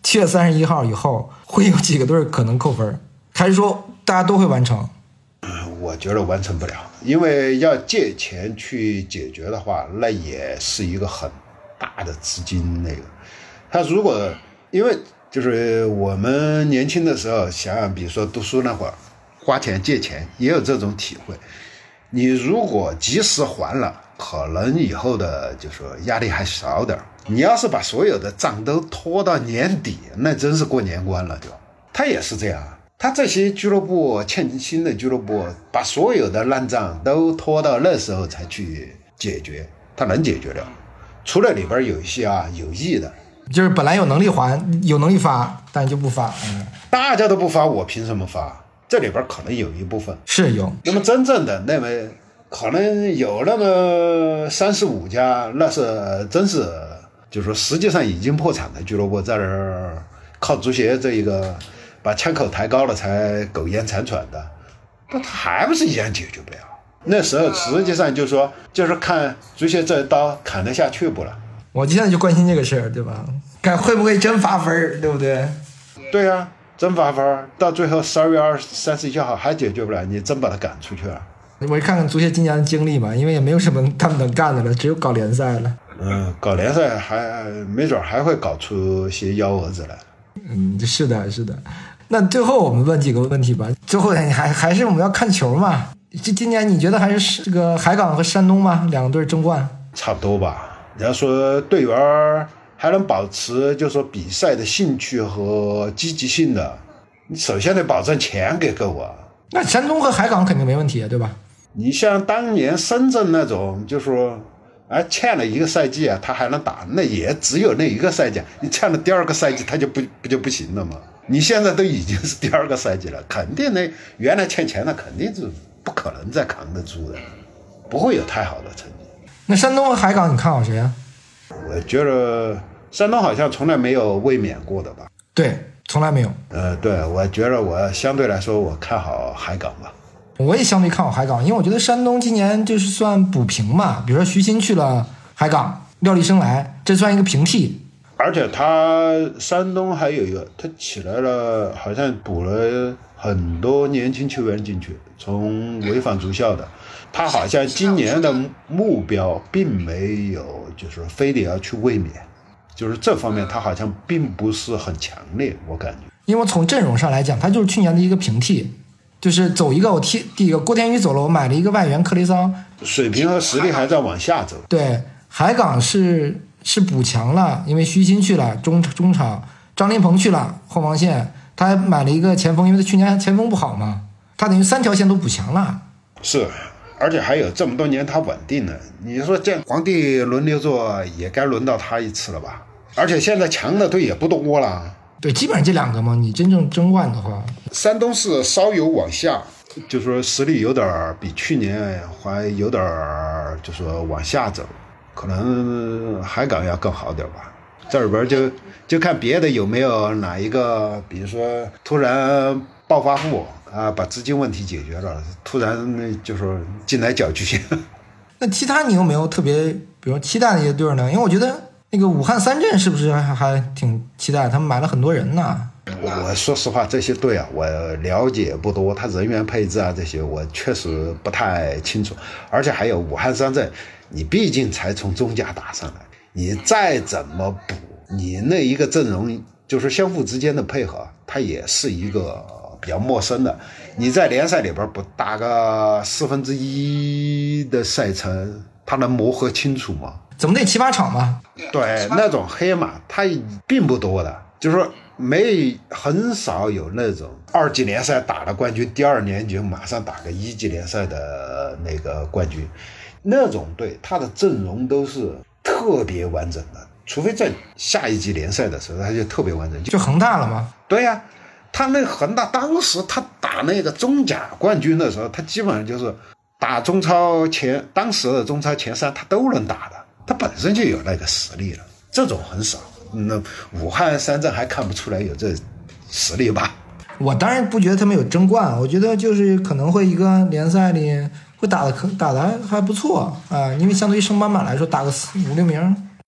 七月三十一号以后会有几个队可能扣分，还是说大家都会完成？ 我觉得完成不了，因为要借钱去解决的话，那也是一个很大的资金那个。他如果因为就是我们年轻的时候，想想比如说读书那会儿，花钱借钱也有这种体会。你如果及时还了，可能以后的就说压力还少点。你要是把所有的账都拖到年底，那真是过年关了就。他也是这样。他这些俱乐部欠薪的俱乐部，把所有的烂账都拖到那时候才去解决，他能解决了。除了里边有一些啊有意的， 就是本来有能力还、有能力发，但就不发。嗯， 大家都不发，我凭什么发？这里边可能有一部分是有。 那么真正的那么可能有那么三十五家，那是真是就是说实际上已经破产的俱乐部，在这儿靠足协这一个。把枪口抬高了才苟延残喘的，那他还不是一样解决不了。那时候实际上就是说，就是看足协这一刀砍得下去不了。 我现在就关心这个事儿，对吧？看会不会真罚分，对不对？ 对啊，真罚分，到最后十二月二三十一号还解决不了，你真把他赶出去了。 我看看足协今年的经历嘛，因为也没有什么他们能干的了，只有搞联赛了。 嗯，搞联赛还没准还会搞出些幺蛾子来。 嗯，是的，是的。那最后我们问几个问题吧。最后还还是我们要看球嘛。这今年你觉得还是这个海港和山东吗？两队争冠？ 差不多吧。你要说队员还能保持，就是说比赛的兴趣和积极性的，你首先得保证钱给够啊。 那山东和海港肯定没问题，对吧？ 你像当年深圳那种，就是说，哎，欠了一个赛季啊，他还能打，那也只有那一个赛季。你欠了第二个赛季，他就不不就不行了吗？你现在都已经是第二个赛季了，肯定那原来欠钱的肯定是不可能再扛得住的，不会有太好的成绩。 那山东和海港你看好谁啊？ 我觉得山东好像从来没有卫冕过的吧？ 对，从来没有。 呃，对，我觉得我相对来说我看好海港吧。 我也相对看好海港，因为我觉得山东今年就是算补平嘛，比如说徐新去了海港，廖立生来，这算一个平替。 而且他山东还有一个，他起来了，好像补了很多年轻球员进去，从潍坊足校的。他好像今年的目标并没有，就是非得要去卫冕，就是这方面他好像并不是很强烈，我感觉。 因为从阵容上来讲，他就是去年的一个平替，就是走一个我踢第一个郭天宇走了，我买了一个外援克雷桑， 水平和实力还在往下走。 对，海港是。是补强了，因为徐新去了中中场，张琳芃去了后防线，他还买了一个前锋，因为他去年前锋不好嘛，他等于三条线都补强了。 是，而且还有这么多年他稳定了，你说这皇帝轮流做也该轮到他一次了吧？而且现在强的队也不多了。 对，基本上这两个嘛，你真正争冠的话， 山东是稍有往下，就说实力有点比去年还有点就说往下走。可能海港要更好点吧，这里边就就看别的有没有哪一个，比如说突然暴发户啊，把资金问题解决了，突然就说进来搅局。 那其他你有没有特别，比如期待的一些队呢？因为我觉得那个武汉三镇是不是还还挺期待，他们买了很多人呢。 我说实话，这些队啊，我了解不多，他人员配置啊这些，我确实不太清楚。而且还有武汉三镇，你毕竟才从中甲打上来，你再怎么补，你那一个阵容就是相互之间的配合，它也是一个比较陌生的。你在联赛里边不打个四分之一的赛程，它能磨合清楚吗？ 怎么得七八场吧？ 对，那种黑马它并不多的，就是说没很少有那种二级联赛打了冠军，第二年就马上打个一级联赛的那个冠军，那种队他的阵容都是特别完整的，除非在下一级联赛的时候他就特别完整。 就恒大了吗？ 对呀、啊，他那恒大当时他打那个中甲冠军的时候，他基本上就是打中超前，当时的中超前三他都能打的，他本身就有那个实力了，这种很少。那武汉三镇还看不出来有这实力吧？ 我当然不觉得他们有争冠，我觉得就是可能会一个联赛里会打的打的还不错啊，因为相对于升班马来说，打个四五六名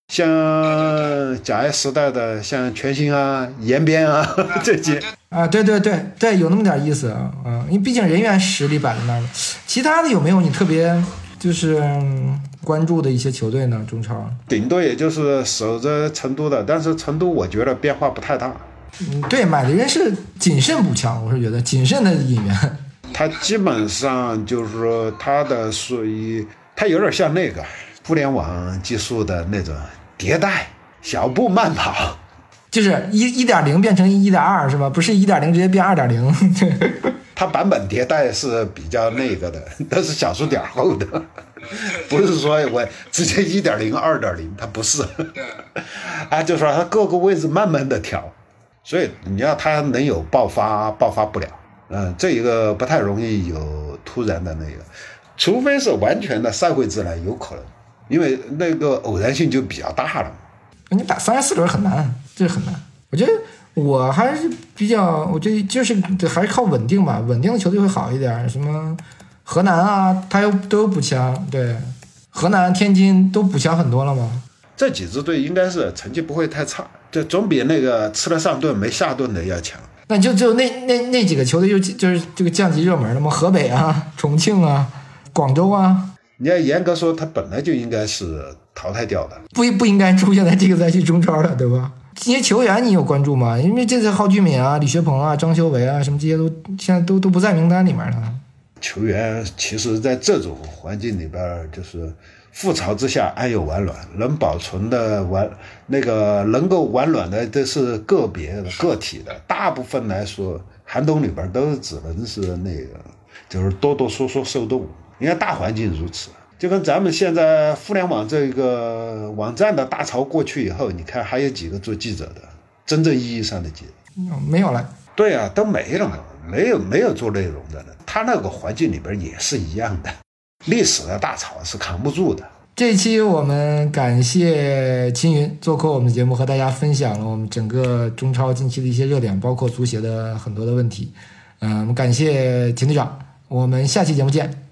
像甲 A 时代的像全兴啊、延边啊这些啊，对对对对，有那么点意思啊，嗯，因为毕竟人员实力摆在那儿了。其他的有没有你特别就是关注的一些球队呢？中超顶多也就是守着成都的，但是成都我觉得变化不太大。 嗯，对，买的人是谨慎补强，我是觉得谨慎的引援。 他基本上就是说他的属于，他有点像那个互联网技术的那种迭代，小步慢跑。 就是一一点零变成一点二是吧？不是一点零直接变二点零。 它版本迭代是比较那个的，但是小数点后的，不是说我直接一点零、二点零，它不是。啊，就说它各个位置慢慢的调，所以你要它能有爆发，爆发不了。嗯，这一个不太容易有突然的那个，除非是完全的赛会制来有可能，因为那个偶然性就比较大了。 你打三十四轮很难，这很难。我觉得我还是比较，我觉得就是还是靠稳定吧，稳定的球队会好一点。什么河南啊，他又都有补强，对，河南、天津都补强很多了嘛。 这几支队应该是成绩不会太差，就总比那个吃了上顿没下顿的要强。 那就只有那那那几个球队就就是这个降级热门的嘛，河北啊、重庆啊、广州啊。 你要严格说，他本来就应该是淘汰掉的， 不不应该出现在这个赛季中超的，对吧？这些球员你有关注吗？因为这次蒿俊闵啊、李学鹏啊、张修维啊什么这些都现在都都不在名单里面了。 球员其实在这种环境里边，就是覆巢之下安有完卵，能保存的完那个能够完卵的都是个别的个体的，大部分来说寒冬里边都只能是那个就是多多说说受冻。你看大环境如此，就跟咱们现在互联网这个网站的大潮过去以后，你看还有几个做记者的真正意义上的记者、 嗯、没有了。 对啊，都没了嘛，没有没有做内容的了。他那个环境里边也是一样的，历史的大潮是扛不住的。 这一期我们感谢秦云做客我们的节目，和大家分享了我们整个中超近期的一些热点，包括足协的很多的问题。嗯、呃，我们感谢秦队长，我们下期节目见。